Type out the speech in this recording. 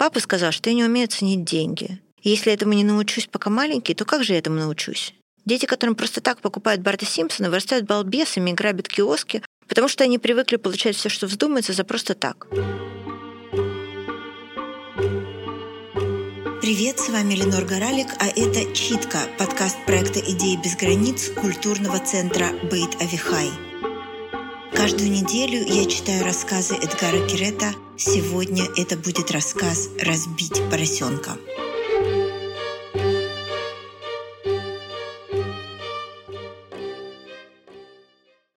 Папа сказал, что я не умею ценить деньги. И если я этому не научусь, пока маленький, то как же я этому научусь? Дети, которым просто так покупают Барта Симпсона, вырастают балбесами и грабят киоски, потому что они привыкли получать все, что вздумается, за просто так. Привет, с вами Ленор Горалик, а это «Читка» — подкаст проекта «Идеи без границ» культурного центра Бейт Авихай. Каждую неделю я читаю рассказы Эдгара Керета. Сегодня это будет рассказ «Разбить поросенка».